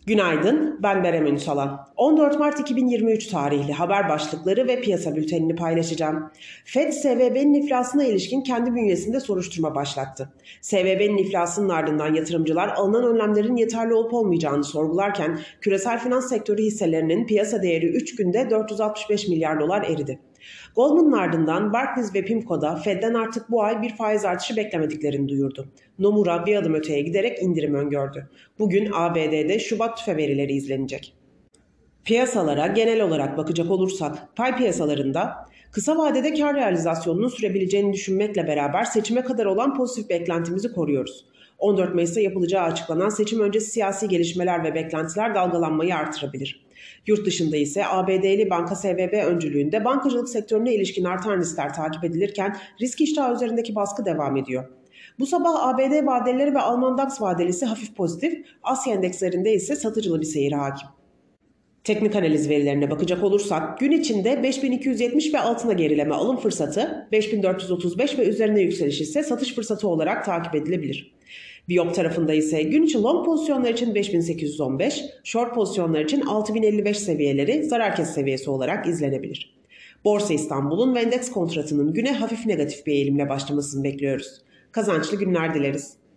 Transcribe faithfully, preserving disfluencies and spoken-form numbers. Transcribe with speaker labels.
Speaker 1: Günaydın, ben Berem Ünsalan. on dört Mart iki bin yirmi üç tarihli haber başlıkları ve piyasa bültenini paylaşacağım. Fed, S V B'nin iflasına ilişkin kendi bünyesinde soruşturma başlattı. S V B'nin iflasının ardından yatırımcılar alınan önlemlerin yeterli olup olmayacağını sorgularken küresel finans sektörü hisselerinin piyasa değeri üç günde dört yüz altmış beş milyar dolar eridi. Goldman'ın ardından Barclays ve PIMCO'da Fed'den artık bu ay bir faiz artışı beklemediklerini duyurdu. Nomura bir adım öteye giderek indirim öngördü. Bugün A B D'de Şubat tüfe verileri izlenecek. Piyasalara genel olarak bakacak olursak, pay piyasalarında kısa vadede kar realizasyonunun sürebileceğini düşünmekle beraber seçime kadar olan pozitif beklentimizi koruyoruz. on dört Mayıs'ta yapılacağı açıklanan seçim öncesi siyasi gelişmeler ve beklentiler dalgalanmayı artırabilir. Yurt dışında ise A B D'li banka S V B öncülüğünde bankacılık sektörüne ilişkin artan riskler takip edilirken risk iştahı üzerindeki baskı devam ediyor. Bu sabah A B D vadeleri ve Alman DAX vadelisi hafif pozitif, Asya endekslerinde ise satıcılı bir seyir hakim. Teknik analiz verilerine bakacak olursak gün içinde beş bin iki yüz yetmiş ve altına gerileme alım fırsatı, beş bin dört yüz otuz beş ve üzerine yükseliş ise satış fırsatı olarak takip edilebilir. Biyop tarafında ise gün içi long pozisyonlar için beş bin sekiz yüz on beş, short pozisyonlar için altı bin elli beş seviyeleri zarar kes seviyesi olarak izlenebilir. Borsa İstanbul'un ve endeks kontratının güne hafif negatif bir eğilimle başlamasını bekliyoruz. Kazançlı günler dileriz.